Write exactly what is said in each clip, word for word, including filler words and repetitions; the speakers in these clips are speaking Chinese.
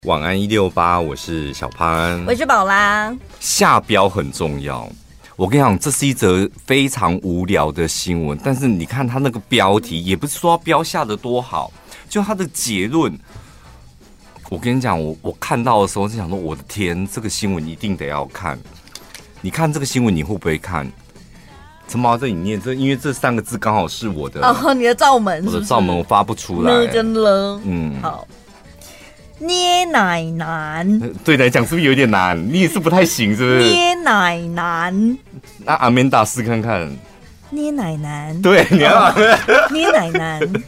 晚安一六八，我是小潘， 我是宝拉。 下标很重要，我跟你讲，这是一则非常无聊的新闻，但是你看他那个标题，也不是说标下的多好，就他的结论。我跟你讲，我我看到的时候就想说，我的天，这个新闻一定得要看。你看这个新闻，你会不会看？陈宝这里念这，因为这三个字刚好是我的哦，你的罩门是不是， 我的罩门我发不出来， 真了， 嗯， 好。捏奶男， 对你来讲是不是有点难？你也是不太行，是不是？ 捏奶男， 那阿曼达试看看。 捏奶男， 对，你要、哦、 捏奶男，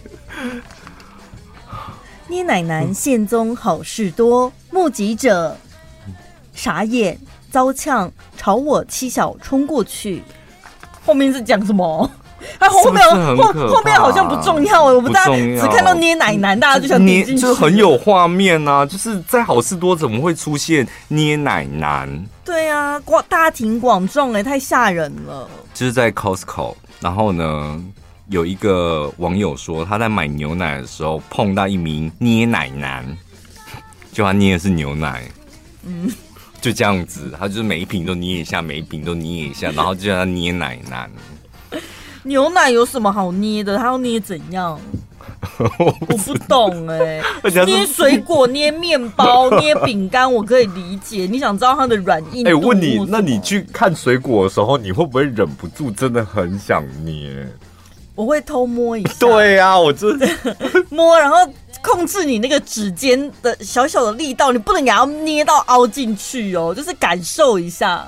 捏奶男现踪好事多，目击者傻眼遭呛，朝我妻小冲过去。后面是讲什么？他后面是是后后面好像不重要，我们大家只看到捏奶男，大家就想点进去， 就是很有画面啊！就是在好事多怎么会出现捏奶男？ 对啊，大庭广众哎，太吓人了。 就是在 Costco， 然后呢，有一个网友说他在买牛奶的时候碰到一名捏奶男，就他捏的是牛奶，嗯，就这样子，他就是每一瓶都捏一下，每一瓶都捏一下，然后就叫他捏奶男。 牛奶有什么好捏的？它要捏怎样？我不懂哎、欸。捏水果、捏面包、捏饼干，我可以理解。你想知道它的软硬度？哎、欸， 问你，那你去看水果的时候，你会不会忍不住真的很想捏？ 我会偷摸一下。 对啊，我真的摸，然后控制你那个指尖的小小的力道，你不能给它捏到凹进去哦，就是感受一下。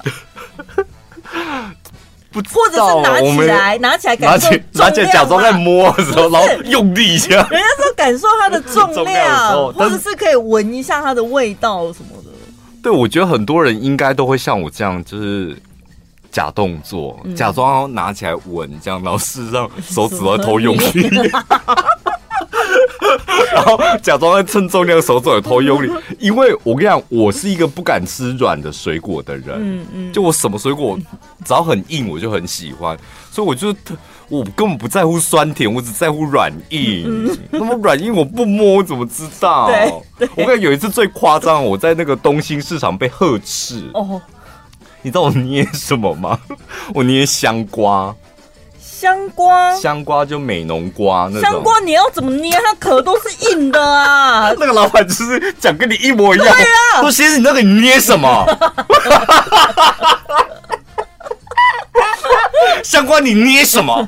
或者是拿起来，拿起来感受重量， 拿起来假装在摸的时候，然后用力一下。 人家说感受它的重量，或者是可以闻一下它的味道什么的。 对，我觉得很多人应该都会像我这样，就是假动作，嗯、假装拿起来闻这样，然后事实上手指在偷用力。然后假装在称重量，手指也偷用力，因为我跟你讲，我是一个不敢吃软的水果的人，嗯嗯，就我什么水果只要很硬我就很喜欢，所以我就我根本不在乎酸甜，我只在乎软硬。嗯、那么软硬我不摸我怎么知道？对，我跟你讲有一次最夸张，我在那个东兴市场被呵斥。哦，你知道我捏什么吗？我捏香瓜。 香瓜， 香瓜就美浓瓜那种。 香瓜你要怎么捏？它壳都是硬的啊！ 那个老板就是讲跟你一模一样。对啊， 说先生，你那个你捏什么？香瓜你捏什么？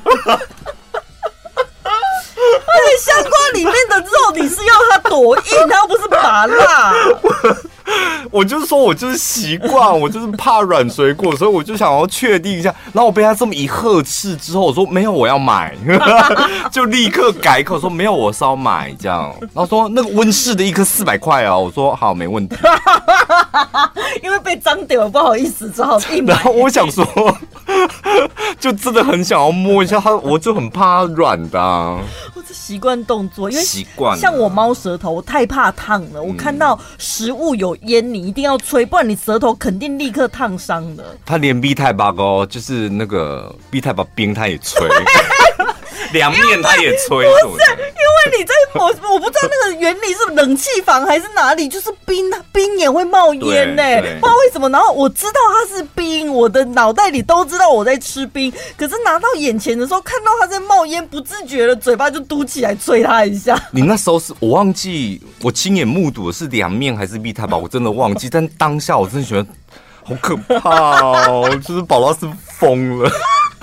而且香瓜里面的肉，你是要它多硬？它又不是麻辣。 我就是说，我就是习惯，我就是怕软水果，所以我就想要确定一下。然后我被他这么一呵斥之后，我说没有，我要买，就立刻改口说没有，我是要买这样。然后说那个温室的一颗四百块啊，我说好，没问题。 因为被脏掉了，不好意思，只好硬买。 然后我想说，就真的很想要摸一下它，我就很怕它软的、啊。 我是习惯动作，因为习惯像我猫舌头，我太怕烫了。我看到食物有烟，你一定要吹，不然你舌头肯定立刻烫伤的。 他连 B 太八糕，就是那个 B 太八冰，他也吹。凉面他也吹， 不是因为你在我我不知道那个原理是冷气房还是哪里，就是冰冰也会冒烟呢、欸，不知道为什么。然后我知道它是冰，我的脑袋里都知道我在吃冰，可是拿到眼前的时候，看到它在冒烟，不自觉的嘴巴就嘟起来吹它一下。 你那时候是我忘记我亲眼目睹的是凉面还是 B 太吧，我真的忘记。但当下我真的觉得好可怕哦，就是宝拉是疯了。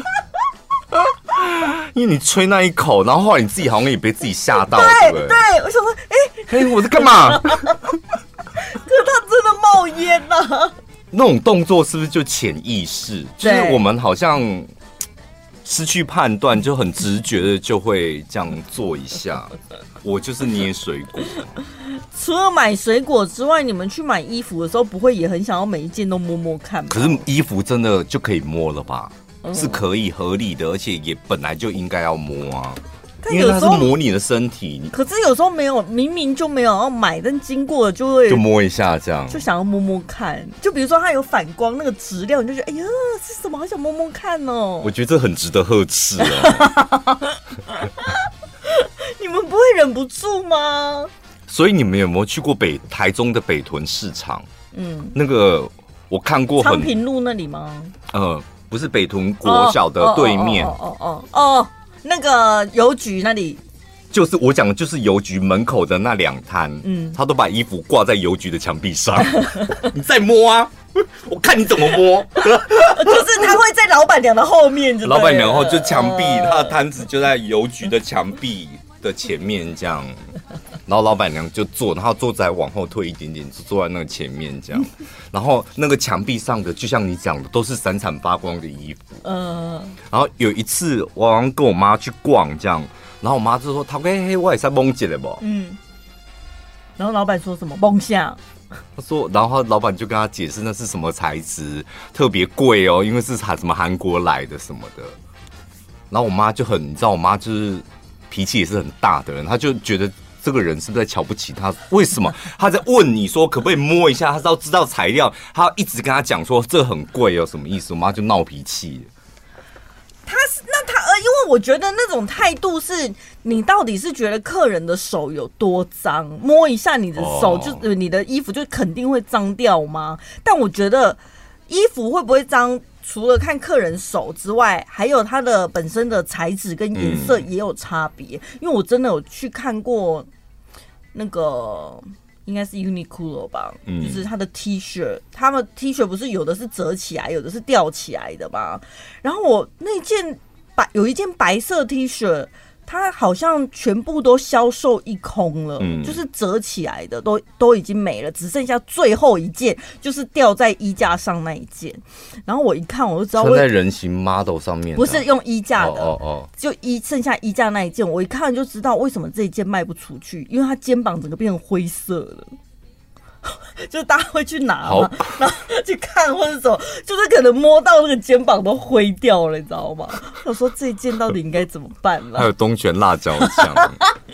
因为你吹那一口，然后后来你自己好像也被自己吓到，对不对？ 对，我想说，哎、 欸，哎、欸，我在干嘛？ 可是它真的冒烟啊！ 那种动作是不是就潜意识？就是我们好像失去判断，就很直觉的就会这样做一下。我就是捏水果。 除了买水果之外，你们去买衣服的时候，不会也很想要每一件都摸摸看吗？ 可是衣服真的就可以摸了吧？是可以合理的，而且也本来就应该要摸啊，因为它是摸你的身体。 可是有时候没有，明明就没有要买，但经过了就会就摸一下，这样就想要摸摸看。就比如说它有反光那个质料，你就觉得哎呀，是什么？好想摸摸看哦。 我觉得这很值得呵斥哦。 你们不会忍不住吗？ 所以你们有没有去过北台中的北屯市场？嗯，那个我看过很昌平路那里吗？ 呃，不是北屯国小的对面。 哦哦哦哦哦，那个邮局那里。 就是我讲的，就是邮局门口的那两摊，嗯，他都把衣服挂在邮局的墙壁上，你再摸啊，我看你怎么摸。 就是他会在老板娘的后面就， 老板娘后就墙壁，他的摊子就在邮局的墙壁的前面这样，然后老板娘就坐，然后桌子还往后退一点点，就坐在那个前面这样，然后那个墙壁上的，就像你讲的，都是闪闪发光的衣服，嗯，然后有一次我好像跟我妈去逛这样。然后我妈就说：“头家嘿，我也是蒙起来不？”嗯。 然后老板说什么蒙下？ 他说，然后老板就跟他解释那是什么材质，特别贵哦，因为是什么韩国来的什么的。然后我妈就很，你知道，我妈就是脾气也是很大的人，她就觉得这个人是不是在瞧不起她？为什么？她在问你说可不可以摸一下？她要知道材料，她一直跟他讲说这很贵哦，什么意思？我妈就闹脾气。 他是那他呃，因为我觉得那种态度是，你到底是觉得客人的手有多脏，摸一下你的手， oh. 就、呃、你的衣服就肯定会脏掉吗？但我觉得衣服会不会脏，除了看客人手之外，还有它的本身的材质跟颜色也有差别、嗯。因为我真的有去看过那个。应该是 Uniqlo 吧、嗯，就是他的 T 恤，他们 T 恤不是有的是折起来，有的是吊起来的嘛。然后我那件白有一件白色 T 恤，它好像全部都销售一空了，嗯、就是折起来的都都已经没了，只剩下最后一件，就是吊在衣架上那一件。然后我一看我就知道， 穿在人形 model 上面、啊， 不是用衣架的， 哦哦哦， 就衣剩下衣架那一件，我一看就知道为什么这一件卖不出去，因为它肩膀整个变成灰色了。就是大家会去拿嘛，然后去看或者什么，就是可能摸到那个肩膀都灰掉了，你知道吗？我说这一件到底应该怎么办了？ 还有东泉辣椒酱。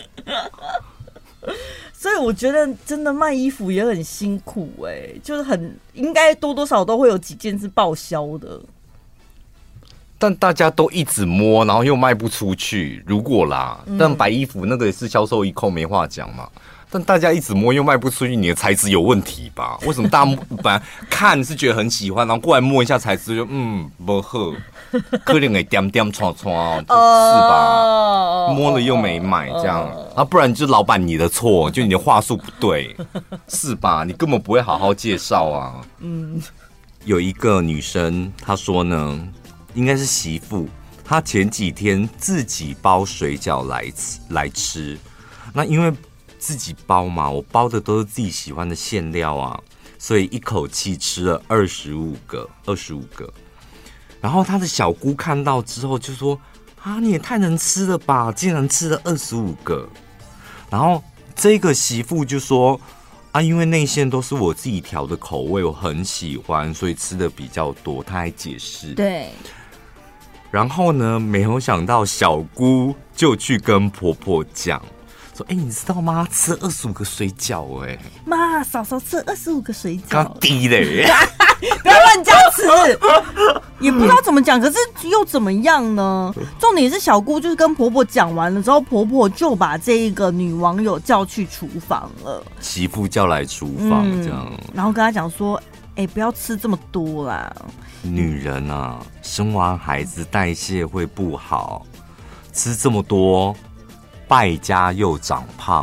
所以我觉得真的卖衣服也很辛苦哎、欸，就是很应该多多少少都会有几件是报销的。 但大家都一直摸，然后又卖不出去。如果啦，嗯、但白衣服那个也是销售一空，没话讲嘛。但大家一直摸又卖不出去，你的材质有问题吧？为什么大家本来看是觉得很喜欢，然后过来摸一下材质就嗯不好，可能会点点串串，是吧？摸了又没买这样，啊，不然就老板你的错，就你的话术不对，是吧？你根本不会好好介绍啊。嗯，有一个女生她说呢，应该是媳妇，她前几天自己包水饺来吃来吃，那因为。自己包嘛，我包的都是自己喜欢的馅料啊，所以一口气吃了二十五个，二十五个。然后他的小姑看到之后就说：“啊，你也太能吃了吧，竟然吃了二十五个。”然后这个媳妇就说：“啊，因为内馅都是我自己调的口味，我很喜欢，所以吃的比较多。”他还解释。 对。 然后呢，没有想到小姑就去跟婆婆讲。哎、欸，你知道吗？吃二十五个水饺、欸，哎， 妈，嫂嫂吃二十五个水饺， 刚低嘞， 不要乱加词，也不知道怎么讲，可是又怎么样呢？重点是小姑就是跟婆婆讲完了之后，婆婆就把这一个女网友叫去厨房了， 媳妇叫来厨房、嗯、这样， 然后跟她讲说，哎、欸，不要吃这么多啦， 女人啊，生完孩子代谢会不好，吃这么多。败家又长胖，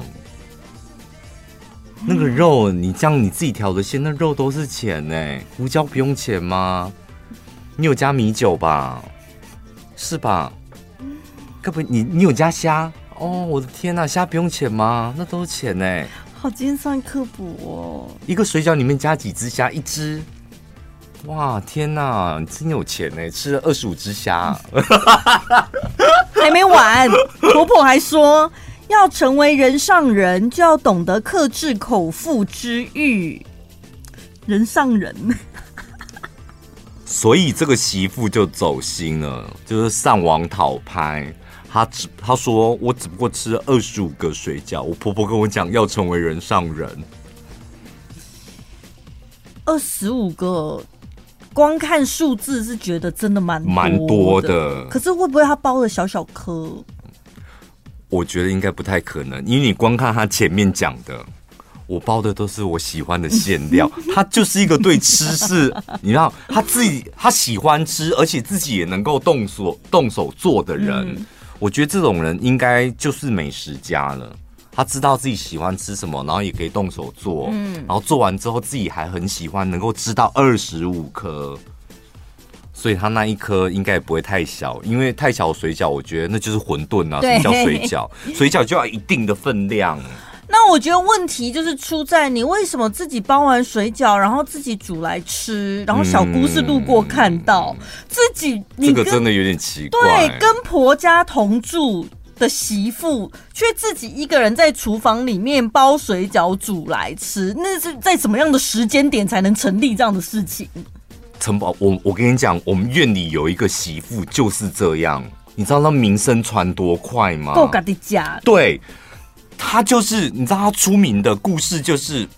那个肉你这样你自己调的馅，那肉都是钱呢、欸。胡椒不用钱吗？你有加米酒吧？是吧？该不你你有加虾？哦，我的天哪、啊，虾不用钱吗？那都是钱呢、欸。 好精算科普哦！ 一个水饺里面加几只虾？一只。哇，天哪，你真有钱呢、欸！吃了二十五只虾。 还没完，婆婆还说，要成为人上人，就要懂得克制口腹之欲。人上人， 所以这个媳妇就走心了，就是上网讨拍。她只她说，我只不过吃了二十五个水饺，我婆婆跟我讲要成为人上人， 二十五个。光看数字是觉得真的蛮蛮多的， 可是会不会他包的小小颗？ 我觉得应该不太可能，因为你光看他前面讲的，我包的都是我喜欢的馅料，他就是一个对吃是，你知道他自己他喜欢吃，而且自己也能够动手动手做的人、嗯，我觉得这种人应该就是美食家了。他知道自己喜欢吃什么，然后也可以动手做，嗯，然后做完之后自己还很喜欢，能够吃到二十五颗。所以他那一颗应该也不会太小，因为太小的水饺，我觉得那就是馄饨啊。什么叫水饺？水饺就要一定的分量。 那我觉得问题就是出在你为什么自己包完水饺，然后自己煮来吃，然后小姑是路过看到、嗯、自己，你这个真的有点奇怪。 对，跟婆家同住的媳妇，却自己一个人在厨房里面包水饺煮来吃，那是在什么样的时间点才能成立这样的事情？ 城堡，我我跟你讲，我们院里有一个媳妇就是这样，你知道那名声传多快吗？ 够自己家。 对，他就是你知道他出名的故事就是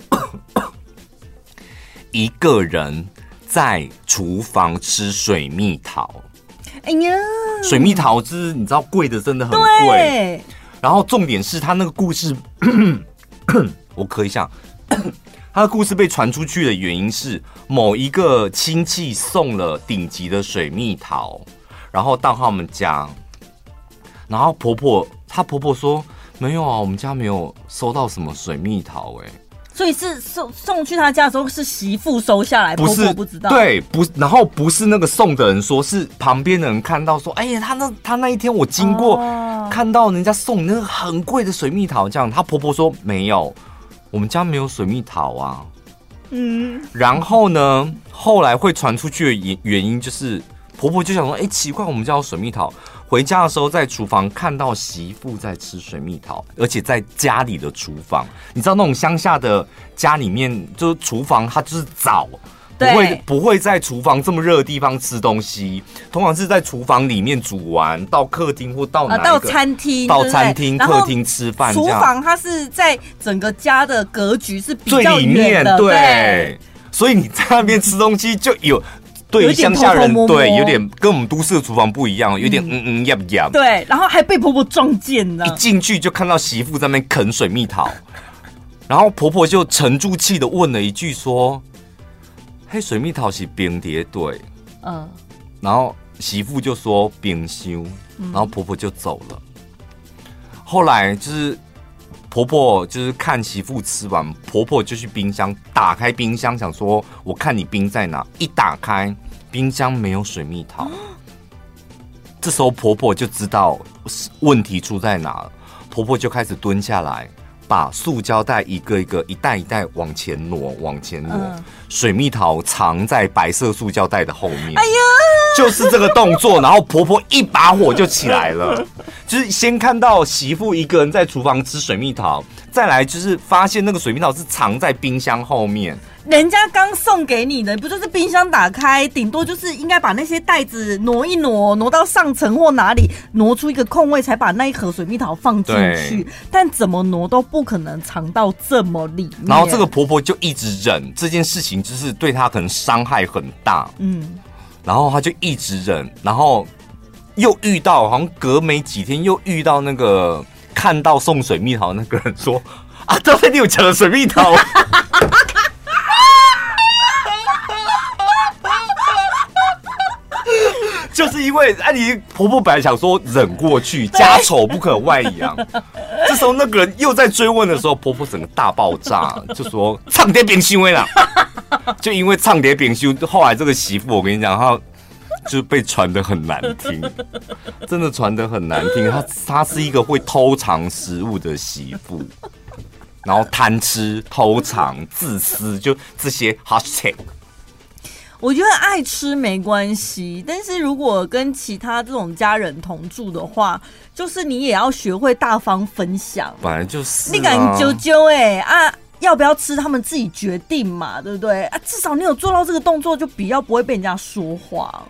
一个人在厨房吃水蜜桃。 哎呀， 水蜜桃汁你知道贵的真的很贵，然后重点是他那个故事，我咳一下。他的故事被传出去的原因是某一个亲戚送了顶级的水蜜桃，然后到他们家，然后婆婆她婆婆说没有啊，我们家没有收到什么水蜜桃哎、欸， 所以是送送去他家的时候是媳妇收下来，婆婆不知道。 对，不，然后不是那个送的人说，是旁边的人看到说，哎呀，他那他那一天我经过、哦、看到人家送那个很贵的水蜜桃，这样，他婆婆说没有。我们家没有水蜜桃啊，嗯，然后呢，后来会传出去的原因就是婆婆就想说，哎、欸，奇怪，我们家有水蜜桃。回家的时候在厨房看到媳妇在吃水蜜桃，而且在家里的厨房，你知道那种乡下的家里面，就是厨房它就是早。不会不会在厨房这么热的地方吃东西，通常是在厨房里面煮完，到客厅或到哪一个、 啊、到餐厅， 到餐厅、客厅吃饭。 厨房它是在整个家的格局是比较远的， 对，对，所以你在那边吃东西就有对乡下人偷偷摸摸对有点跟我们都市的厨房不一样，有点嗯嗯呀呀。 对，然后还被婆婆撞见了， 一进去就看到媳妇在那边啃水蜜桃，然后婆婆就沉住气的问了一句说。嘿，水蜜桃是冰碟对，嗯，然后媳妇就说冰箱，然后婆婆就走了。后来就是婆婆就是看媳妇吃完，婆婆就去冰箱打开冰箱，想说我看你冰在哪，一打开冰箱没有水蜜桃，这时候婆婆就知道问题出在哪了，婆婆就开始蹲下来。把塑胶袋一个一个一袋一袋往前挪，往前挪、嗯，水蜜桃藏在白色塑胶袋的后面。哎呀，就是这个动作，然后婆婆一把火就起来了，就是先看到媳妇一个人在厨房吃水蜜桃，再来就是发现那个水蜜桃是藏在冰箱后面。 人家刚送给你的，不就是冰箱打开，顶多就是应该把那些袋子挪一挪，挪到上层或哪里，挪出一个空位，才把那一盒水蜜桃放进去。但怎么挪都不可能藏到这么里面。 然后这个婆婆就一直忍这件事情，就是对她可能伤害很大。嗯，然后她就一直忍，然后又遇到，好像隔没几天又遇到那个看到送水蜜桃那个人说：“啊，刚才你有抢了水蜜桃。”就是因为哎，你婆婆本来想说忍过去，家丑不可外扬。这时候那个人又在追问的时候，婆婆整个大爆炸，就说唱碟饼修啦。就因为唱碟饼修，后来这个媳妇，我跟你讲，她就被传得很难听，真的传得很难听。她她是一个会偷藏食物的媳妇，然后贪吃、偷藏、自私，就这些 hashtag。 我觉得爱吃没关系，但是如果跟其他这种家人同住的话，就是你也要学会大方分享。 本来就是、啊， 你敢揪揪哎啊，要不要吃他们自己决定嘛，对不对啊？至少你有做到这个动作，就比较不会被人家说话。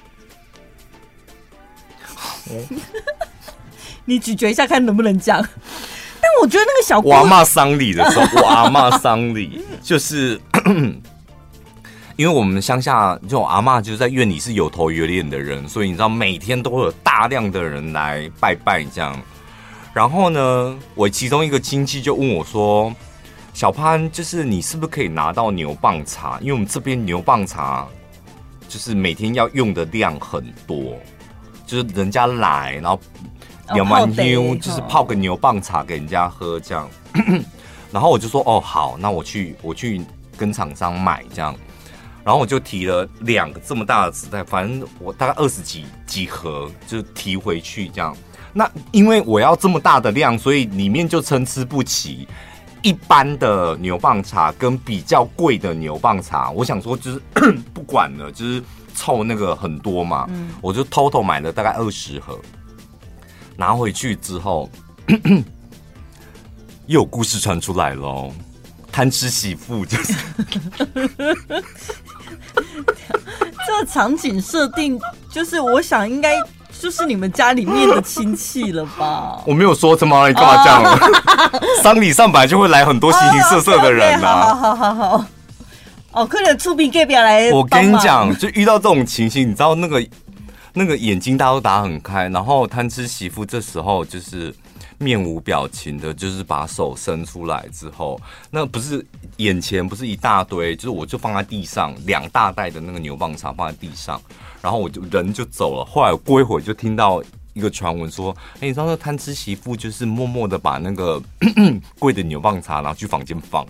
你咀嚼一下看能不能讲。但我觉得那个小姑， 我阿嬷丧礼的时候，我阿嬷丧礼就是。因为我们乡下这种阿嬷就是在院里是有头有脸的人，所以你知道每天都会有大量的人来拜拜这样。 然后呢，我其中一个亲戚就问我说：“小潘，就是你是不是可以拿到牛蒡茶？因为我们这边牛蒡茶就是每天要用的量很多，就是人家来，然后两碗牛就是泡个牛蒡茶给人家喝这样。然后我就说：哦，好，那我去我去跟厂商买这样。然后我就提了两个这么大的纸袋，反正我大概二十几几盒就提回去这样。”那因为我要这么大的量，所以里面就参差不齐。一般的牛蒡茶跟比较贵的牛蒡茶，我想说就是不管了，就是凑那个很多嘛，嗯、我就偷偷买了大概二十盒，拿回去之后，又有故事传出来喽，贪吃媳妇就是。 这个场景设定，就是我想应该。就是你们家里面的亲戚了吧？ 我没有说什么，你干嘛这样？丧礼上本来就会来很多形形色色的人呐、啊。 好好好好。哦，可能出兵给别来。 我跟你讲，就遇到这种情形，你知道那个那个眼睛大家都打很开，然后贪吃媳妇这时候就是面无表情的，就是把手伸出来之后，那不是眼前不是一大堆，就是我就放在地上，两大袋的那个牛蒡茶放在地上。然后我就人就走了，后来过一会儿就听到一个传闻说，哎、欸，你知道那贪吃媳妇就是默默的把那个贵的牛蒡茶拿去房间放了。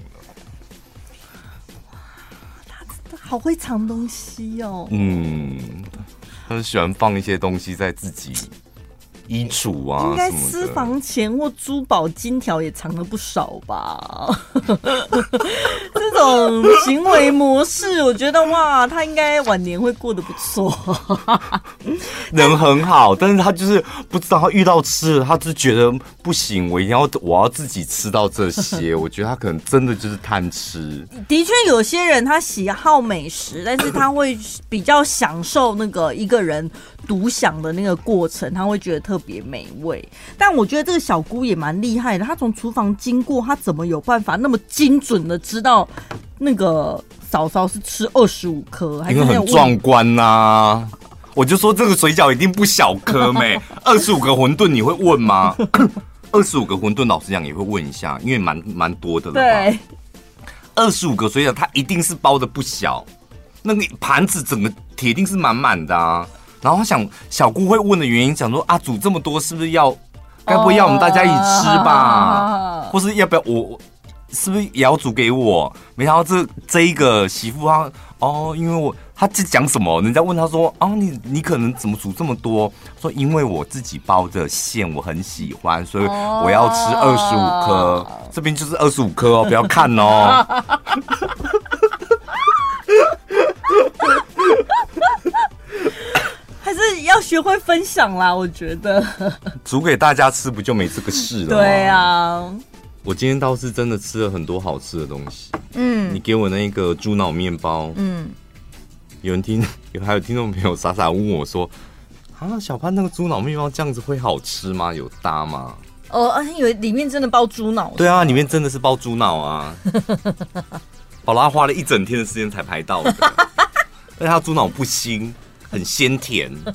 他真的好会藏东西哦。 嗯，他是喜欢放一些东西在自己衣橱啊， 应该私房钱或珠宝金条也藏了不少吧。这种行为模式，我觉得哇，他应该晚年会过得不错。 人很好，但是他就是不知道，他遇到吃了，他就觉得不行，我一定要我要自己吃到这些。我觉得他可能真的就是贪吃。 的确，有些人他喜好美食，但是他会比较享受那个一个人独享的那个过程，他会觉得特别美味。但我觉得这个小姑也蛮厉害的，她从厨房经过，她怎么有办法那么精准的知道那个嫂嫂是吃二十五颗？ 因为很壮观呐、啊！我就说这个水饺一定不小颗咩，二十五个馄饨你会问吗？二十五个馄饨，老实讲也会问一下，因为蛮蛮多的了吧？对，二十五个水饺，它一定是包的不小，那个盘子整个铁定是满满的啊。然后他想小姑会问的原因，想说啊，煮这么多是不是要，该不会要我们大家一起吃吧？ Oh. 或是要不要我，是不是也要煮给我？没想到这这一个媳妇她哦，因为我她在讲什么？人家问她说啊，你你可能怎么煮这么多？说因为我自己包的馅我很喜欢，所以我要吃二十五颗。Oh. 这边就是二十五颗哦，不要看哦。 还是要学会分享啦，我觉得煮给大家吃不就没这个事了吗？ 对啊， 我今天倒是真的吃了很多好吃的东西。嗯，你给我那个猪脑面包，嗯，有人听，有还有听众朋友傻傻问我说：“啊，小潘那个猪脑面包这样子会好吃吗？有搭吗？” 哦，以为里面真的包猪脑。 对啊，里面真的是包猪脑啊。好啦，花了一整天的时间才拍到的，但它猪脑不腥。很鲜甜，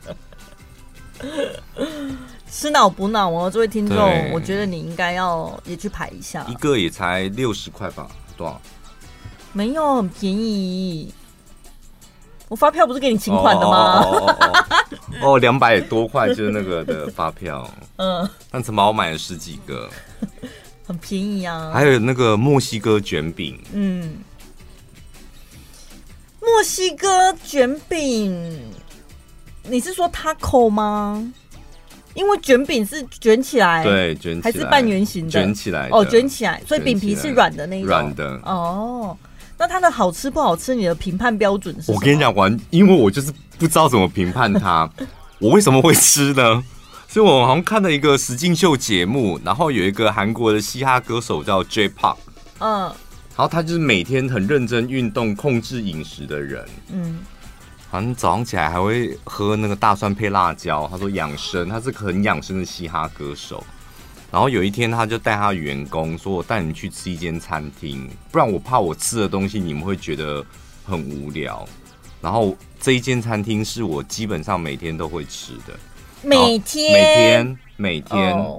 吃脑补脑哦，这位听众，我觉得你应该要也去排一下， 一个也才六十块吧？多少？ 没有，很便宜。我发票不是给你请款的吗？ 哦，两百多块就是那个的发票。嗯，但陈宝买了十几个， 很便宜啊。 还有那个墨西哥卷饼， 嗯。墨西哥卷饼，你是说 taco 吗？因为卷饼是卷起来， 对，卷起来还是半圆形的， 卷起来哦，卷起来，所以饼皮是软的那一种， 软的。 哦，那它的好吃不好吃，你的评判标准是什么？ 我跟你讲，完，因为我就是不知道怎么评判它，我为什么会吃呢？所以我好像看了一个实境秀节目，然后有一个韩国的嘻哈歌手叫 J-Pop， 嗯。然后他就是每天很认真运动、控制饮食的人。嗯，好像早上起来还会喝那个大蒜配辣椒。他说养生，他是个很养生的嘻哈歌手。然后有一天，他就带他的员工说：“我带你们去吃一间餐厅，不然我怕我吃的东西你们会觉得很无聊。”然后这一间餐厅是我基本上每天都会吃的， 每天、 每天、每天。Oh.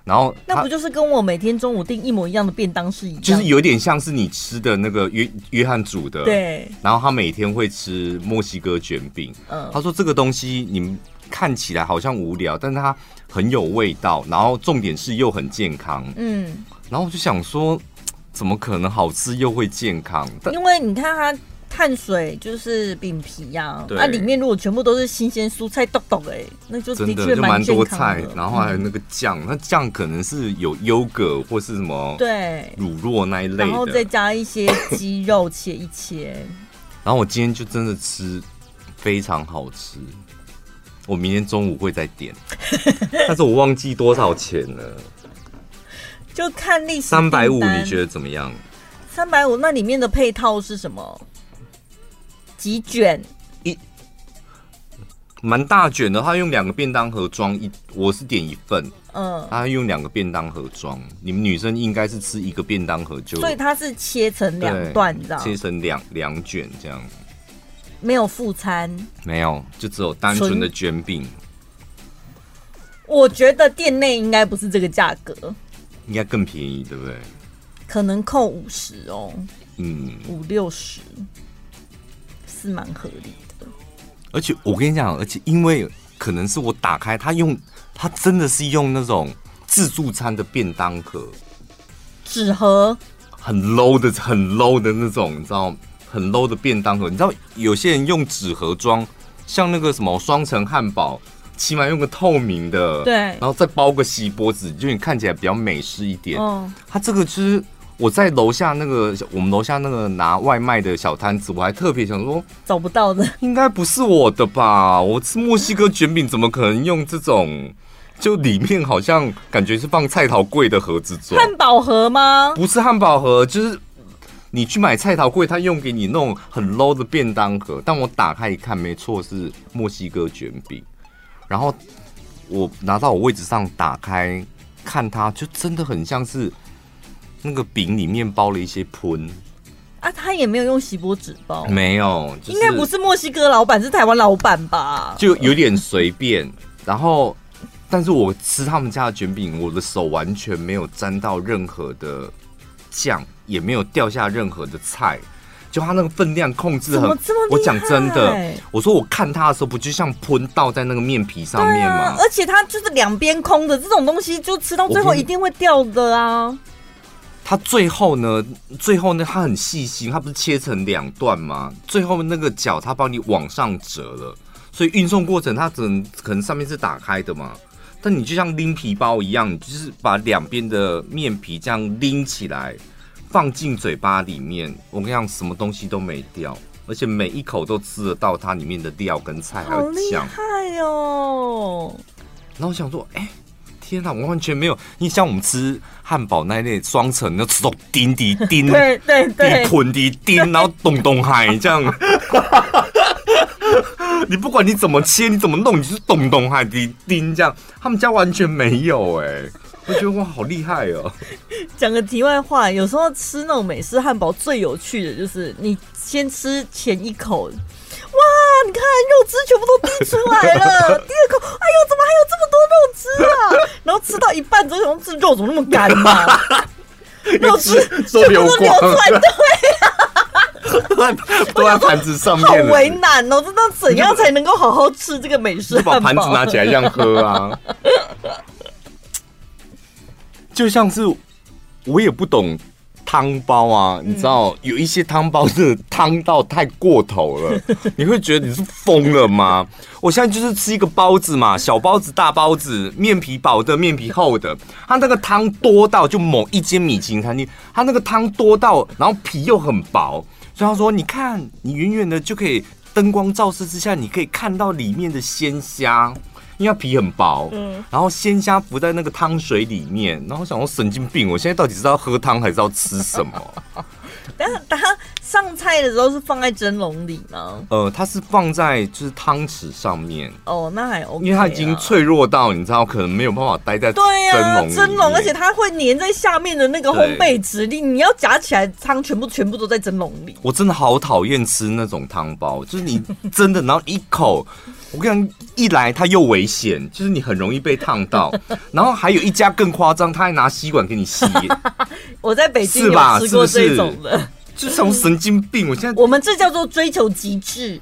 然后那不就是跟我每天中午订一模一样的便当是一样的？ 就是有点像是你吃的那个约约翰煮的， 对。 然后他每天会吃墨西哥卷饼，嗯，他说这个东西你们看起来好像无聊，但是它很有味道，然后重点是又很健康，嗯。然后我就想说，怎么可能好吃又会健康？ 因为你看它。碳水就是饼皮呀、啊，那、啊、里面如果全部都是新鲜蔬菜豆豆哎，那就的确蛮多菜，然后还有那个酱，嗯、那酱可能是有优格或是什么对乳酪那一类的， 然后再加一些鸡肉切一切。 然后我今天就真的吃非常好吃，我明天中午会再点，但是我忘记多少钱了， 就看历史三百五，你觉得怎么样？ 三百五，那里面的配套是什么？几卷？ 一蛮大卷的，他用两个便当盒装一，我是点一份，嗯，他用两个便当盒装。你们女生应该是吃一个便当盒就， 所以它是切成两段，你知道？ 切成两两卷这样， 没有副餐， 没有，就只有单纯的卷饼。 我觉得店内应该不是这个价格， 应该更便宜，对不对？ 可能扣五十哦，嗯，五六十。是蛮合理的， 而且我跟你讲，而且因为可能是我打开它用，它真的是用那种自助餐的便当盒， 纸盒， 很 low 的、很 low 的那种，你知道，很 low 的便当盒。你知道有些人用纸盒装，像那个什么双层汉堡，起码用个透明的， 对， 然后再包个锡箔纸，就你看起来比较美式一点。哦，它这个就是。我在楼下那个我们楼下那个拿外卖的小摊子，我还特别想说找不到的， 应该不是我的吧？我吃墨西哥卷饼怎么可能用这种？就里面好像感觉是放菜头柜的盒子装， 汉堡盒吗？ 不是汉堡盒，就是你去买菜头柜，他用给你那种很 low 的便当盒。但我打开一看，没错，是墨西哥卷饼。然后我拿到我位置上打开看它，就真的很像是。那个饼里面包了一些喷啊，他也没有用锡箔纸包， 没有、就是， 应该不是墨西哥老板，是台湾老板吧？ 就有点随便。然后，但是我吃他们家的卷饼，我的手完全没有沾到任何的酱，也没有掉下任何的菜，就他那个分量控制很。我讲真的，我说我看他的时候，不就像喷倒在那个面皮上面吗？ 啊、而且它就是两边空的，这种东西就吃到最后一定会掉的啊。 它最后呢，最后呢，它很细心，它不是切成两段吗？最后那个角它帮你往上折了，所以运送过程它可能可能上面是打开的嘛，但你就像拎皮包一样，你就是把两边的面皮这样拎起来，放进嘴巴里面。我跟你讲，什么东西都没掉，而且每一口都吃得到它里面的料跟菜还有酱， 好厉害哦！ 然后我想说，哎、欸。天哪，我完全没有。你像我们吃汉堡那一类双层，那吃到叮滴叮， 对对对， 喷滴叮，然后咚咚嗨这样。你不管你怎么切，你怎么弄，你就是咚咚嗨滴叮这样。他们家完全没有哎、欸，我觉得哇，好厉害哦。 讲个题外话，有时候吃那种美式汉堡最有趣的就是你先吃前一口。哇！你看肉汁全部都滴出来了。第二口，哎呦，怎么还有这么多肉汁啊？然后吃到一半之后，这肉怎么那么干嘛？肉汁都流光， 对啊， 都在盘子上面。 好为难哦，这道怎样才能够好好吃这个美式汉堡？ 就把盘子拿起来这样喝啊。就像是我也不懂。汤包啊，你知道、嗯、有一些汤包真的汤到太过头了，你会觉得你是疯了吗？我现在就是吃一个包子嘛，小包子、大包子，面皮薄的、面皮厚的，它那个汤多到就某一间米其林餐厅，它那个汤多到，然后皮又很薄，所以他说，你看，你远远的就可以灯光照射之下，你可以看到里面的鲜虾。因为它皮很薄，嗯，然后鲜虾浮在那个汤水里面，然后我想说神经病，我现在到底是要喝汤还是要吃什么？ 但是它上菜的时候是放在蒸笼里吗？ 呃，它是放在就是汤匙上面。 哦，那还 OK， 因为它已经脆弱到你知道，可能没有办法待在蒸笼里面。 对啊，蒸笼，而且它会粘在下面的那个烘焙纸里，你要夹起来，汤全部全部都在蒸笼里。 我真的好讨厌吃那种汤包，就是你真的，然后一口。 我跟你讲，一来它又危险，就是你很容易被烫到，然后还有一家更夸张，他还拿吸管给你吸。 我在北京有吃过这种的， 是是就是这种神经病。我现在我们这叫做追求极致。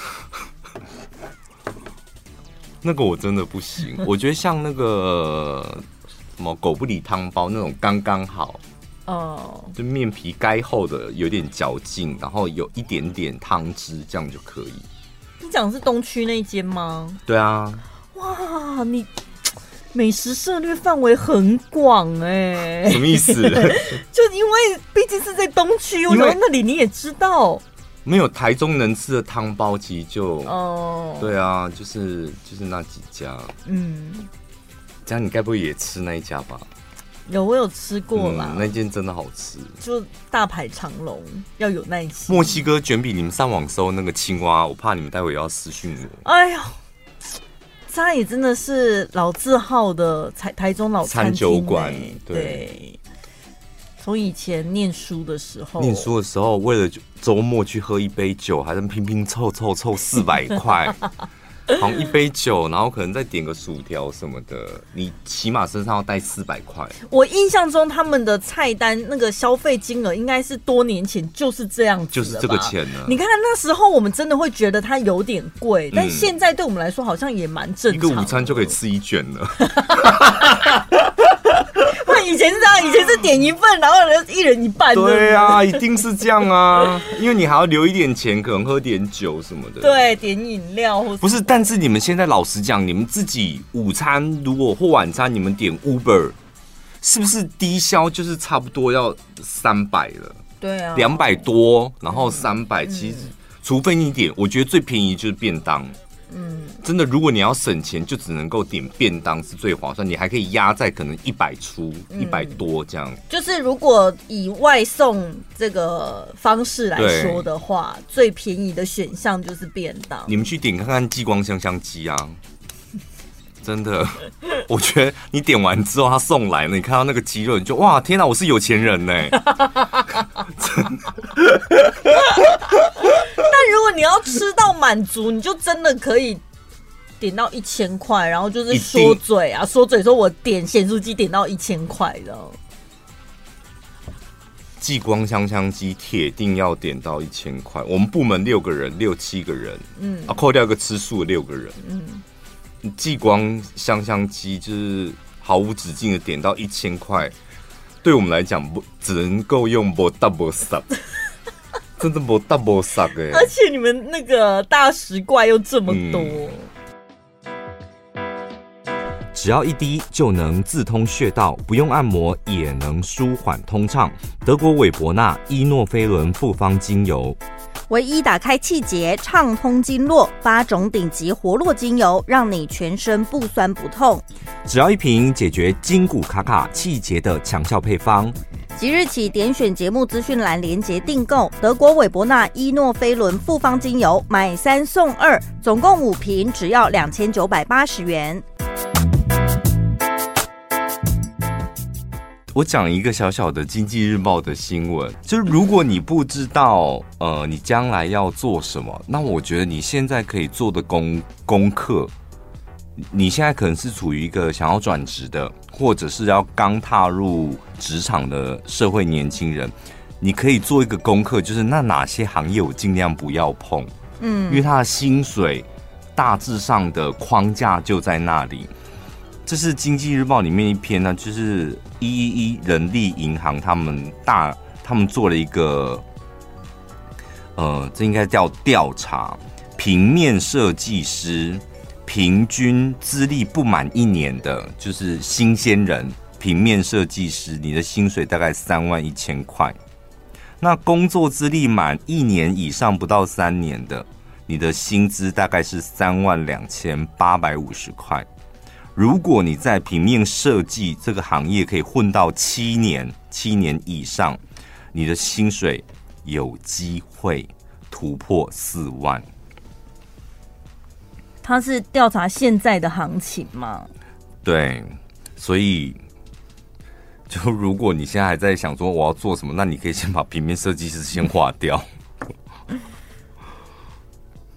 那个我真的不行，我觉得像那个什么狗不理汤包那种刚刚好。哦，就面皮该厚的有点嚼劲，然后有一点点汤汁，这样就可以。 你讲的是东区那间吗？ 对啊。 哇，你美食涉猎范围很广哎、欸。 什么意思？ 就因为毕竟是在东区，我觉得那里你也知道。 没有台中能吃的汤包，其实就哦，对啊，就是就是那几家。嗯，这样你该不会也吃那一家吧？ 有，我有吃过啦、 嗯，那间真的好吃， 就大排长龙，要有耐心。 墨西哥卷饼，你们上网搜那个青蛙，我怕你们待会也要私讯我。 哎呀，它也真的是老字号的台台中老餐酒馆， 对。对，从以前念书的时候， 念书的时候，为了周末去喝一杯酒，还能拼拼凑凑凑四百块。好像一杯酒，然后可能再点个薯条什么的，你起码身上要带四百块。 我印象中他们的菜单那个消费金额应该是多年前就是这样子的吧， 就是这个钱呢。 你看看那时候我们真的会觉得它有点贵，但现在对我们来说好像也蛮正常的。 一个午餐就可以吃一卷了。 以前是这样，以前是点一份，然后一人一半。 对啊，一定是这样啊，因为你还要留一点钱，可能喝点酒什么的。 对，点饮料或不是，但是你们现在老实讲，你们自己午餐如果或晚餐，你们点 Uber， 是不是低消就是差不多要三百了？ 对啊， 两百多，然后三百、嗯，其实除非你点，我觉得最便宜就是便当。嗯，真的，如果你要省钱，就只能够点便当是最划算。你还可以压在可能一百出、一百多这样。 就是如果以外送这个方式来说的话，最便宜的选项就是便当。 你们去点看看激光香香鸡啊，真的，我觉得你点完之后他送来了，你看到那个鸡肉，你就哇，天哪，我是有钱人呢！真的。 但如果你要吃到满足，你就真的可以点到一千块，然后就是说嘴啊，说嘴说我点咸酥鸡点到一千块的。 激光香香鸡铁定要点到一千块。我们部门六个人，六七个人，嗯，啊，扣掉一个吃素的六个人，嗯，激光香香鸡就是毫无止境的点到一千块，对我们来讲不只能够用不 double sub。真的没大没傻哎！ 而且你们那个大食怪又这么多、 嗯，只要一滴就能自通穴道，不用按摩也能舒缓通畅。德国韦伯纳伊诺菲伦复方精油， 唯一打开气结、畅通经络，八种顶级活络精油，让你全身不酸不痛。 只要一瓶，解决筋骨卡卡、气结的强效配方。 即日起点选节目资讯栏连结订购德国韦伯纳伊诺菲伦复方精油，买三送二，总共五瓶，只要两千九百八十元。 我讲一个小小的经济日报的新闻，就是如果你不知道呃你将来要做什么，那我觉得你现在可以做的功功课，你现在可能是处于一个想要转职的，或者是要刚踏入职场的社会年轻人，你可以做一个功课，就是那哪些行业我尽量不要碰，嗯，因为他的薪水大致上的框架就在那里。这是经济日报里面一篇呢，就是一一一人力银行他们大他们做了一个，呃，这应该叫调查，平面设计师平均资历不满一年的，就是新鲜人平面设计师，你的薪水大概三万一千块。那工作资历满一年以上不到三年的，你的薪资大概是三万两千八百五十块。如果你在平面设计这个行业可以混到七年，七年以上，你的薪水有机会突破四万。 他是调查现在的行情吗？ 对，所以就如果你现在还在想说我要做什么，那你可以先把平面设计师先划掉。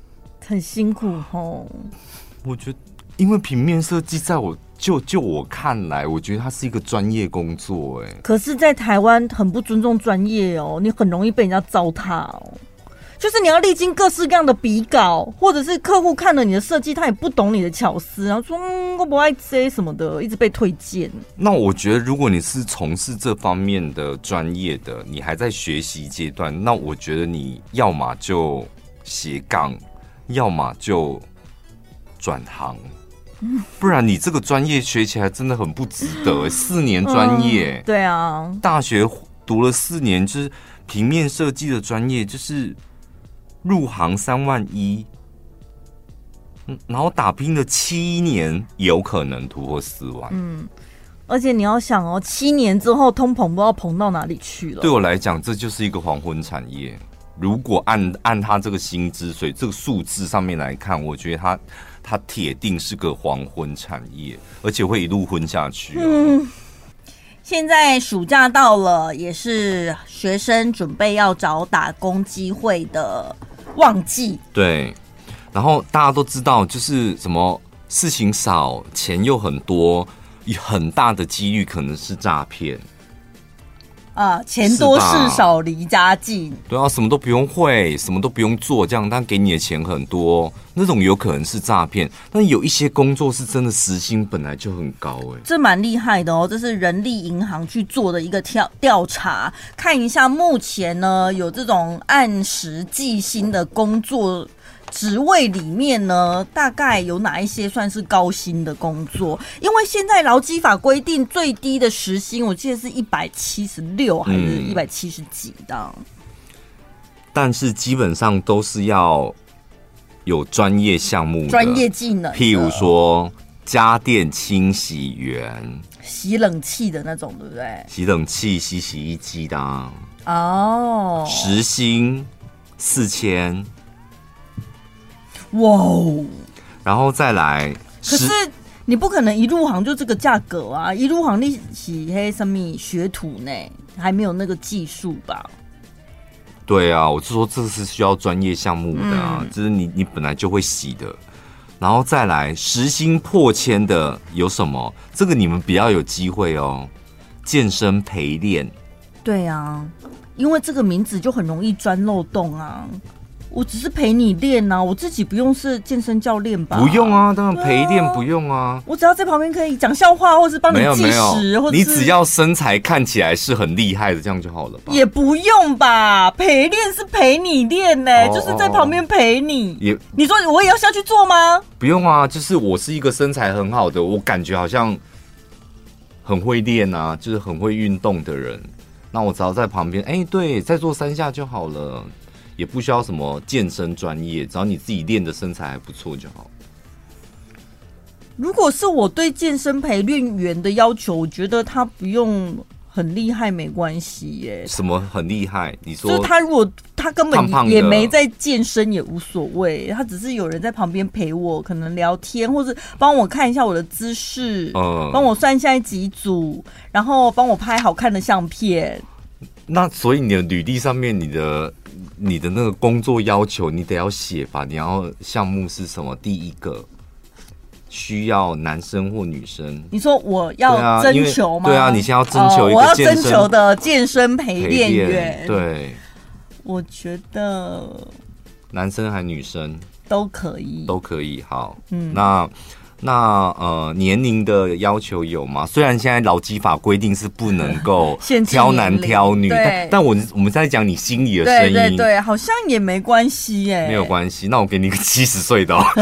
很辛苦哦。 我觉得，因为平面设计在我就就我看来，我觉得它是一个专业工作，哎。 可是，在台湾很不尊重专业哦，你很容易被人家糟蹋哦。就是你要历经各式各样的比稿，或者是客户看了你的设计，他也不懂你的巧思，然后说嗯我不爱这什么的，一直被推荐。 那我觉得，如果你是从事这方面的专业的，你还在学习阶段，那我觉得你要么就斜杠，要么就转行。不然你这个专业学起来真的很不值得，四年专业、 嗯，对啊， 大学读了四年，就是平面设计的专业，就是入行三万一，然后打拼了七年，有可能突破四万。 嗯，而且你要想哦，七年之后通膨不知道膨到哪里去了。 对我来讲，这就是一个黄昏产业。如果按按他这个薪资，所以这个数字上面来看，我觉得他他铁定是个黄昏产业，而且会一路昏下去、哦。嗯， 现在暑假到了，也是学生准备要找打工机会的旺季。 对，然后大家都知道，就是什么事情少，钱又很多，很大的几率可能是诈骗。 啊，钱多事少离家近。 对啊，什么都不用会，什么都不用做，这样，但给你的钱很多，那种有可能是诈骗。但有一些工作是真的时薪本来就很高、欸，哎， 这蛮厉害的哦。这是人力银行去做的一个调调查，看一下目前呢有这种按时计薪的工作职位里面呢，大概有哪一些算是高薪的工作？因为现在劳基法规定最低的时薪，我记得是一百七十六还是一百七十几的、嗯。 但是基本上都是要有专业项目的、 专业技能， 譬如说家电清洗员、 洗冷气的那种，对不对？ 洗冷气、洗洗衣机的、啊、 哦， 时薪四千。 哇哦！ 然后再来， 可是你不可能一入行就这个价格啊！一入行你洗黑什么学徒呢？还没有那个技术吧？ 对啊，我就说这是需要专业项目的啊， 嗯、 就是你你本来就会洗的。然后再来，时薪破千的有什么？这个你们比较有机会哦，健身陪练。 对啊，因为这个名字就很容易钻漏洞啊。我只是陪你练啊，我自己不用是健身教练吧？ 不用啊，当然陪练不用啊。 我只要在旁边可以讲笑话，或是帮你计时，或者你只要身材看起来是很厉害的，这样就好了吧？ 也不用吧，陪练是陪你练呢、欸， oh, 就是在旁边陪你。也，你说我也要下去做吗？ 不用啊，就是我是一个身材很好的，我感觉好像很会练啊，就是很会运动的人。那我只要在旁边，哎、欸，对，再做三下就好了。也不需要什么健身专业，只要你自己练的身材还不错就好。 如果是我对健身陪练员的要求，我觉得他不用很厉害没关系耶。 什么很厉害？你说就是他如果他根本胖胖也没在健身也无所谓，他只是有人在旁边陪我，可能聊天，或是帮我看一下我的姿势，嗯，帮我算一下几组，然后帮我拍好看的相片。 那所以你的履历上面，你的你的那个工作要求，你得要写吧？你要项目是什么？第一个需要男生或女生？ 你说我要征求吗？ 对啊，你现在要征求一个健身、 哦、我要征求的健身陪练员。 对， 我觉得男生还女生都可以， 都可以。好，嗯，那。那呃，年龄的要求有吗？虽然现在劳基法规定是不能够挑男挑女，但但我我们在讲你心里的声音， 对对对，好像也没关系耶， 没有关系。那我给你个七十岁的、哦， 可以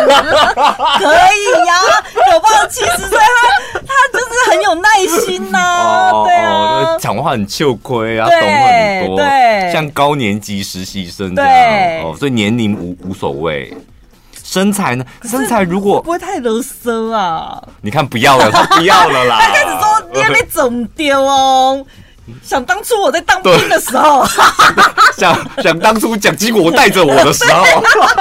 呀、啊，有不好七十岁，他他就是很有耐心呐、啊哦，对啊， 讲话很秋亏啊，懂很多， 对， 像高年级实习生这样，哦，所以年龄无无所谓。身材呢？身材如果不会太勒瑟啊？ 你看不要了，他不要了啦。 他开始说你还没整丢哦。想当初我在当兵的时候， 想想当初蒋经国带着我的时候，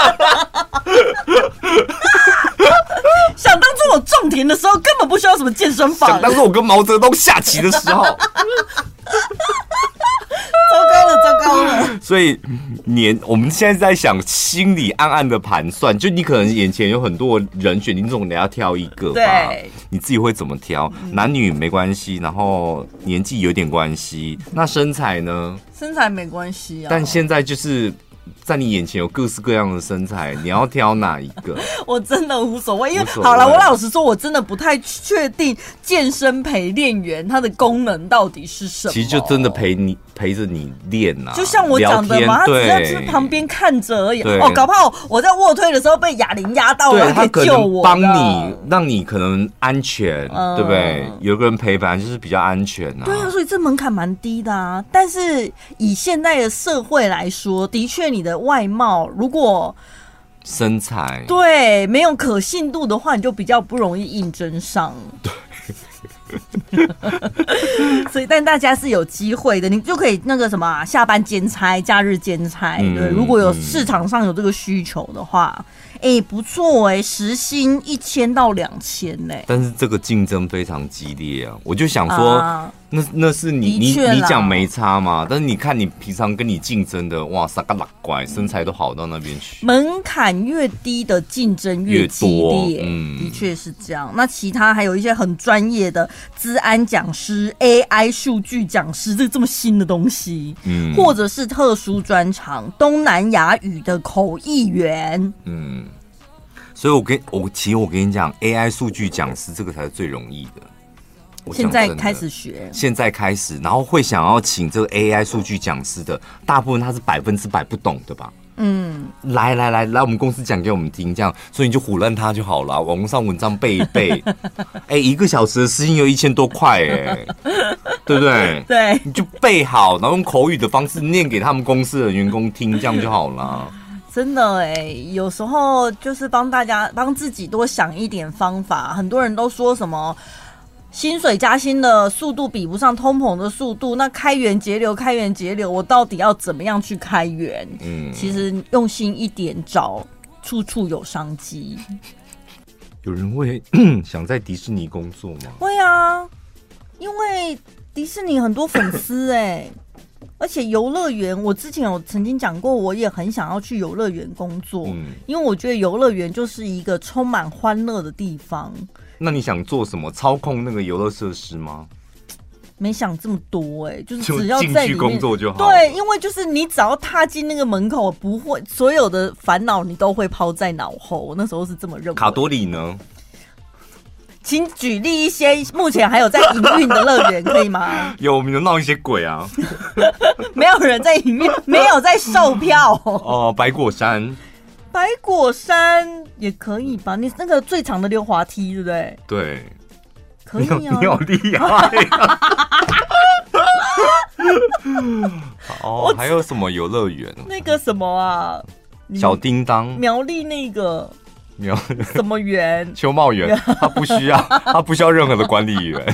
想当初我种田的时候，根本不需要什么健身房。 想当初我跟毛泽东下棋的时候，糟糕了，糟糕了。 所以年我们现在在想，心里暗暗的盘算，就你可能眼前有很多人选，你总得要挑一个吧？ 对， 你自己会怎么挑？嗯、男女没关系，然后年纪有点关系，那身材呢？ 身材没关系啊。 但现在就是在你眼前有各式各样的身材，你要挑哪一个？ 我真的无所谓，因为好了，我老实说，我真的不太确定健身陪练员它的功能到底是什么。 其实就真的陪你陪着你练啊， 就像我讲的嘛，他只要就是旁边看着而已。哦，搞不好我在卧推的时候被哑铃压到了， 他可以救我， 帮你让你可能安全，嗯、对不对？有个人陪伴就是比较安全啊。 对啊，所以这门槛蛮低的啊。但是以现在的社会来说，的确你的外貌如果身材对没有可信度的话，你就比较不容易应征上。对。所以，但大家是有机会的，你就可以那个什么、啊，下班兼差、假日兼差。嗯、对，如果有市场上有这个需求的话，哎、欸，不错哎、欸，时薪一千到两千呢。 但是这个竞争非常激烈啊！我就想说，啊、那那是你你你讲没差嘛？但是你看你平常跟你竞争的，哇，三个六怪，身材都好到那边去。 门槛越低的竞争越激烈，嗯，的确是这样。那其他还有一些很专业的资安讲师、A I 数据讲师，这这么新的东西，嗯，或者是特殊专长东南亚语的口译员， 嗯。所以我跟我其实我跟你讲 ，A I 数据讲师这个才是最容易的。 我现在开始学， 现在开始，然后会想要请这个 A I 数据讲师的，大部分他是百分之百不懂的吧？嗯，来来来来，我们公司讲给我们听，这样，所以你就唬烂他就好了。网络上文章背一背，哎、欸，一个小时的时薪有一千多块，哎，对不对？ 对， 你就背好，然后用口语的方式念给他们公司的员工听，这样就好了。 真的哎、欸，有时候就是帮大家帮自己多想一点方法。很多人都说什么薪水加薪的速度比不上通膨的速度，那开源节流，开源节流，我到底要怎么样去开源？嗯，其实用心一点找，处处有商机。 有人会想在迪士尼工作吗？ 会啊，因为迪士尼很多粉丝哎、欸。而且游乐园，我之前有曾经讲过，我也很想要去游乐园工作，嗯，因为我觉得游乐园就是一个充满欢乐的地方。 那你想做什么？操控那个游乐设施吗？ 没想这么多哎、欸，就是只要在里面进去工作就好。 对，因为就是你只要踏进那个门口，不会所有的烦恼你都会抛在脑后。我那时候是这么认为。 卡多里呢？ 请举例一些目前还有在营运的乐园，可以吗？ 有，我们有闹一些鬼啊！ 没有人在营运，没有在售票。 哦，白果山， 白果山也可以吧？你那个最长的溜滑梯，对不对？ 对， 可以啊！ 你好厉害！哦，还有什么游乐园？ 那个什么啊， 小叮当， 苗栗那个。什么园？ 秋茂园，他不需要，他不需要任何的管理员。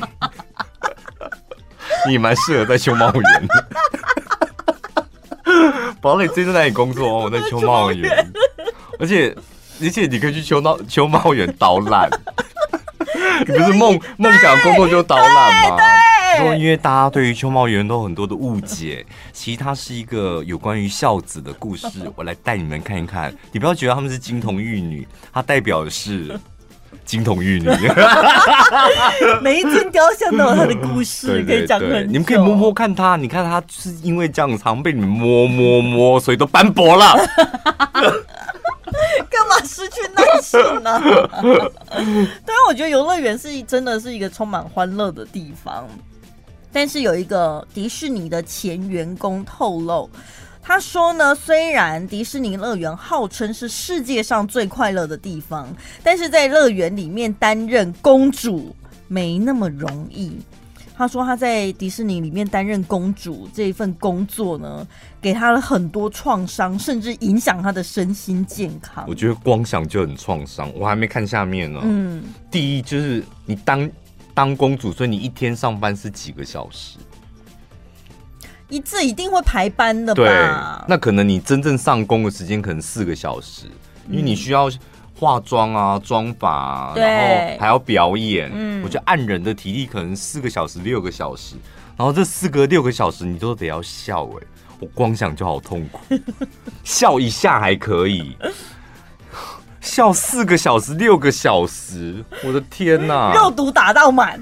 你蛮适合在秋茂园。宝磊最近在哪里工作哦？我在秋茂园，而且而且你可以去秋茂秋茂园导览。你不是梦梦想工作就导览吗？因为大家对于秋茂园都有很多的误解，其实它是一个有关于孝子的故事。我来带你们看一看，你不要觉得他们是金童玉女，它代表的是金童玉女。 每一尊雕像都有它的故事，对对对，可以讲很久。 你们可以摸摸看它，你看它是因为这样常被你们摸摸摸，所以都斑驳了。 干嘛失去耐心呢？当然，我觉得游乐园是真的是一个充满欢乐的地方。但是有一个迪士尼的前员工透露，他说呢，虽然迪士尼乐园号称是世界上最快乐的地方，但是在乐园里面担任公主没那么容易。他说他在迪士尼里面担任公主这一份工作呢，给他了很多创伤，甚至影响他的身心健康。 我觉得光想就很创伤，我还没看下面呢。嗯，第一就是你当当公主，所以你一天上班是几个小时？ 一这一定会排班的吧？ 对，那可能你真正上工的时间可能四个小时，因为你需要化妆啊、妆发啊，然后还要表演。嗯，我觉得按人的体力可能四个小时、六个小时，然后这四个六个小时你都得要笑哎、欸。 我光想就好痛苦。笑一下还可以，笑四个小时、六个小时，我的天哪！ 肉毒打到满。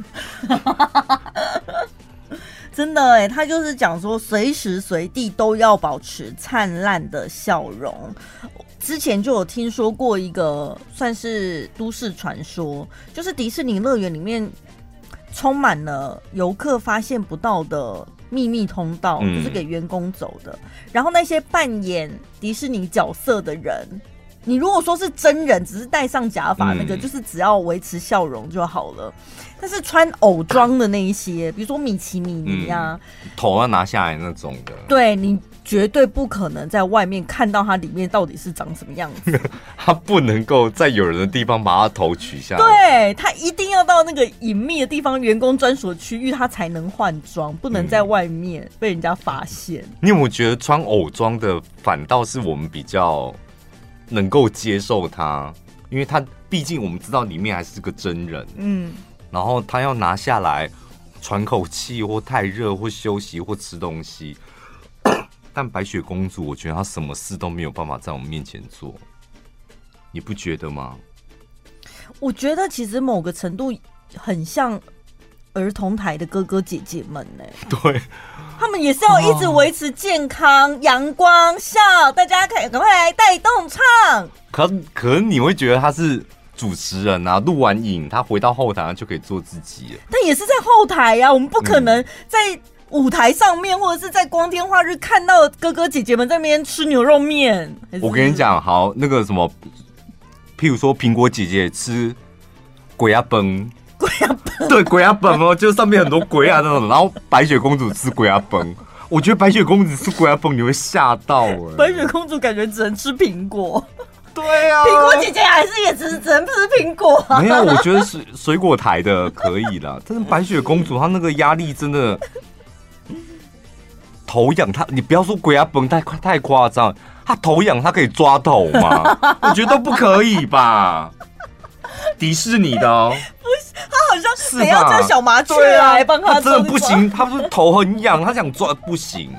真的哎，他就是讲说，随时随地都要保持灿烂的笑容。之前就有听说过一个算是都市传说，就是迪士尼乐园里面充满了游客发现不到的秘密通道， 嗯、 就是给员工走的。然后那些扮演迪士尼角色的人，你如果说是真人，只是戴上假发，那个、嗯、就是只要维持笑容就好了。但是穿偶装的那一些，比如说米奇米妮啊、 嗯，头要拿下来那种的， 对，你绝对不可能在外面看到它里面到底是长什么样子。 他不能够在有人的地方把他头取下来， 对，他一定要到那个隐秘的地方，员工专属区域，他才能换装，不能在外面被人家发现。嗯、 你有没有觉得穿偶装的反倒是我们比较能够接受他？因为他毕竟我们知道里面还是个真人，嗯。然后他要拿下来喘口气，或太热，或休息，或吃东西。但白雪公主，我觉得她什么事都没有办法在我们面前做，你不觉得吗？ 我觉得其实某个程度很像儿童台的哥哥姐姐们呢、欸。 对， 他们也是要一直维持健康、阳光、笑，大家赶快来带动唱。 可可是你会觉得他是主持人啊，录完影他回到后台就可以做自己了。 但也是在后台呀、啊，我们不可能在舞台上面、嗯、或者是在光天化日看到哥哥姐姐们在那边吃牛肉面。 我跟你讲，好，那个什么，譬如说苹果姐姐吃鬼鸭崩， 鬼鸭崩， 对，鬼鸭崩哦，就上面很多鬼鸭那种，然后白雪公主吃鬼鸭崩。我觉得白雪公主吃鬼鸭崩你会吓到哎、欸， 白雪公主感觉只能吃苹果。 对啊， 苹果姐姐还是也只是只能吃苹果、啊。 没有，我觉得水水果台的可以啦，但是白雪公主她那个压力真的头痒，她你不要说鬼压崩太太夸张，她头痒她可以抓头吗？我觉得都不可以吧。迪士尼的哦， 不是，她好像得要叫小麻雀来帮她， 她真的不行，她不是头很痒，她想抓不行，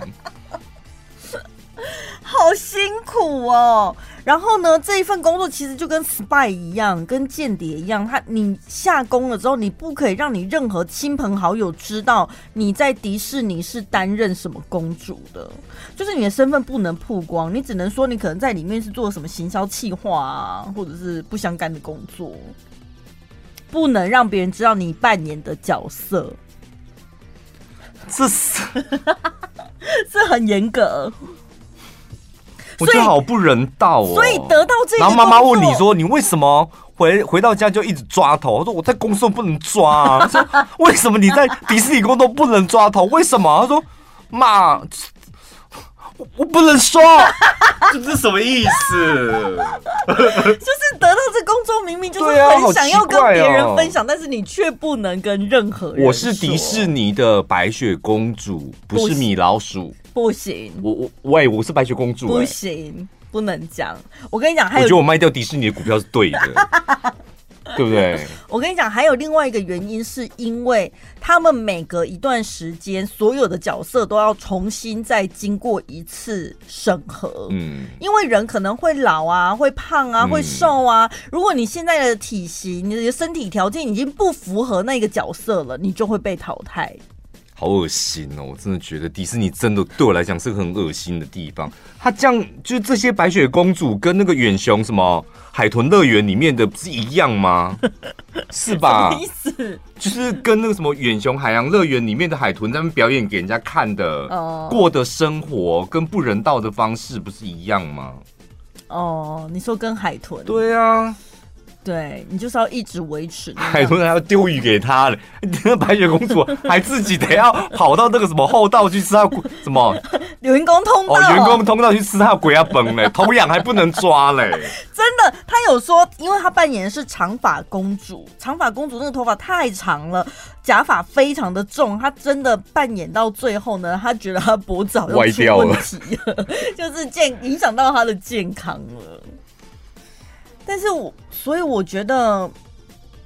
好辛苦哦。然后呢，这一份工作其实就跟 spy 一样，跟间谍一样，他你下工了之后，你不可以让你任何亲朋好友知道你在迪士尼是担任什么公主的，就是你的身份不能曝光，你只能说你可能在里面是做什么行销企划啊，或者是不相干的工作，不能让别人知道你扮演的角色。 这是这很严格。 我觉得好不人道哦！ 所以得到这个， 然后妈妈问你说：“你为什么回回到家就一直抓头？”我说：“我在公司不能抓啊。”他说：“为什么你在迪士尼工作不能抓头？为什么？”他说：“妈，我我不能说，这是什么意思？” 就是得到这工作，明明就是很想要跟别人分享，啊哦、但是你却不能跟任何人说。 我是迪士尼的白雪公主，不是米老鼠。 不行， 我我喂，我是白雪公主、欸， 不行，不能讲。我跟你讲，还有， 我觉得我卖掉迪士尼的股票是对的，对不对？ 我跟你讲，还有另外一个原因，是因为他们每隔一段时间，所有的角色都要重新再经过一次审核。嗯，因为人可能会老啊，会胖啊，会瘦啊。嗯、如果你现在的体型、你的身体条件已经不符合那个角色了，你就会被淘汰。 好恶心哦！我真的觉得迪士尼真的对我来讲是个很恶心的地方。他这样就是这些白雪公主跟那个远雄什么海豚乐园里面的不是一样吗？是吧？ 什么意思？ 就是跟那个什么远雄海洋乐园里面的海豚在那边表演给人家看的，哦、过的生活跟不人道的方式不是一样吗？ 哦，你说跟海豚？ 对啊。 对，你就是要一直维持。 海豚还要丢鱼给他嘞，那白雪公主还自己得要跑到那个什么后道去吃他什么员工通道哦，员工通道去吃他的鬼鸭崩嘞，头痒还不能抓嘞。 真的，他有说，因为他扮演的是长发公主，长发公主那个头发太长了，假发非常的重，他真的扮演到最后呢，他觉得他脖子好像出问题了，就是健影响到他的健康了。但是我，所以我觉得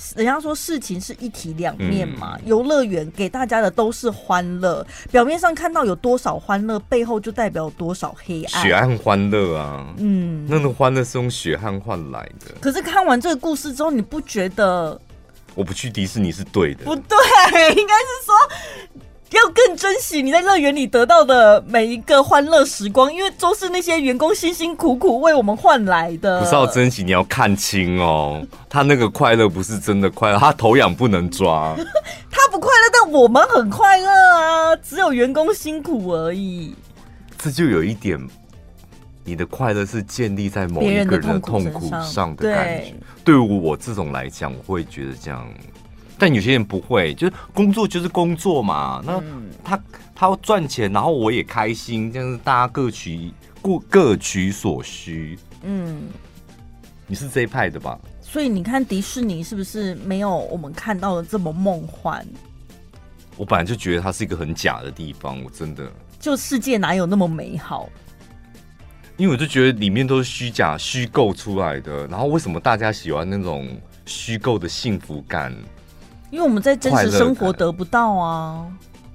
人家说事情是一体两面嘛，游乐园给大家的都是欢乐，表面上看到有多少欢乐，背后就代表有多少黑暗。 血汗欢乐啊，嗯，那个欢乐是用血汗换来的。 可是看完这个故事之后，你不觉得我不去迪士尼是对的？ 不对，应该是说要更珍惜你在乐园里得到的每一个欢乐时光，因为都是那些员工辛辛苦苦为我们换来的。 不是要珍惜，你要看清哦，他那个快乐不是真的快乐，他头痒不能抓。 他不快乐，但我们很快乐啊，只有员工辛苦而已。 这就有一点，你的快乐是建立在某一个人的痛苦上的感觉。对于我这种来讲，我会觉得这样。但有些人不会，就是工作就是工作嘛。那他他要赚钱，然后我也开心，这样子大家各取各各取所需。嗯，你是这一派的吧？ 所以你看迪士尼是不是没有我们看到的这么梦幻？ 我本来就觉得它是一个很假的地方，我真的就世界哪有那么美好？ 因为我就觉得里面都是虚假、虚构出来的。然后为什么大家喜欢那种虚构的幸福感？ 因为我们在真实生活得不到啊，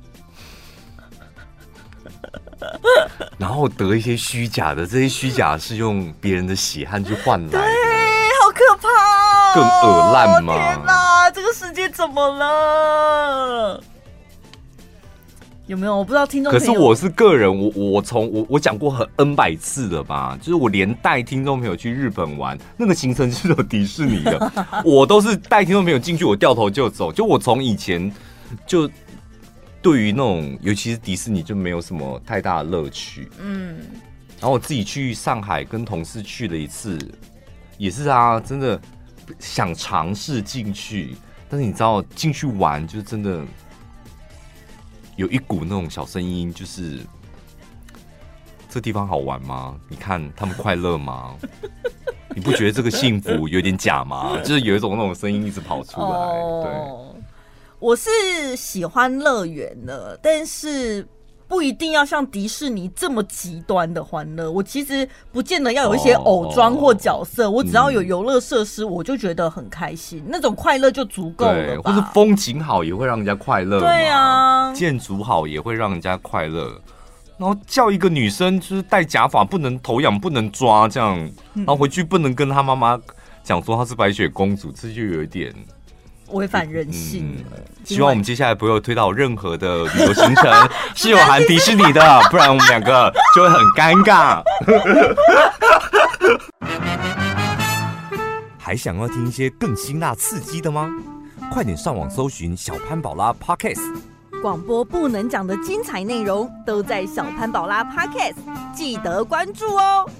然后得一些虚假的，这些虚假是用别人的血汗去换来的， 对，好可怕、哦， 更恶烂吗？ 天哪，这个世界怎么了？有没有？我不知道听众朋友。 可是我是个人，我我从我我讲过很 N 百次了吧，就是我连带听众朋友去日本玩，那个行程是有迪士尼的，我都是带听众朋友进去，我掉头就走。就我从以前就对于那种，尤其是迪士尼，就没有什么太大的乐趣。嗯，然后我自己去上海跟同事去了一次，也是啊，真的想尝试进去，但是你知道进去玩就真的。有一股那种小声音，就是这地方好玩吗？你看他们快乐吗？你不觉得这个幸福有点假吗？就是有一种那种声音一直跑出来。哦、对， 我是喜欢乐园的，但是不一定要像迪士尼这么极端的欢乐。我其实不见得要有一些偶装或角色，哦、我只要有游乐设施，我就觉得很开心，那种快乐就足够了吧。 或是风景好也会让人家快乐。 对啊， 建筑好也会让人家快乐。然后叫一个女生就是戴假发，不能头痒，不能抓这样，然后回去不能跟她妈妈讲说她是白雪公主，这就有一点。 违反人性了、嗯。 希望我们接下来不会有推到任何的旅游行程是有含迪士尼的，不然我们两个就会很尴尬。还想要听一些更辛辣刺激的吗？快点上网搜寻小潘宝拉 Podcast， 广播不能讲的精彩内容都在小潘宝拉 Podcast， 记得关注哦。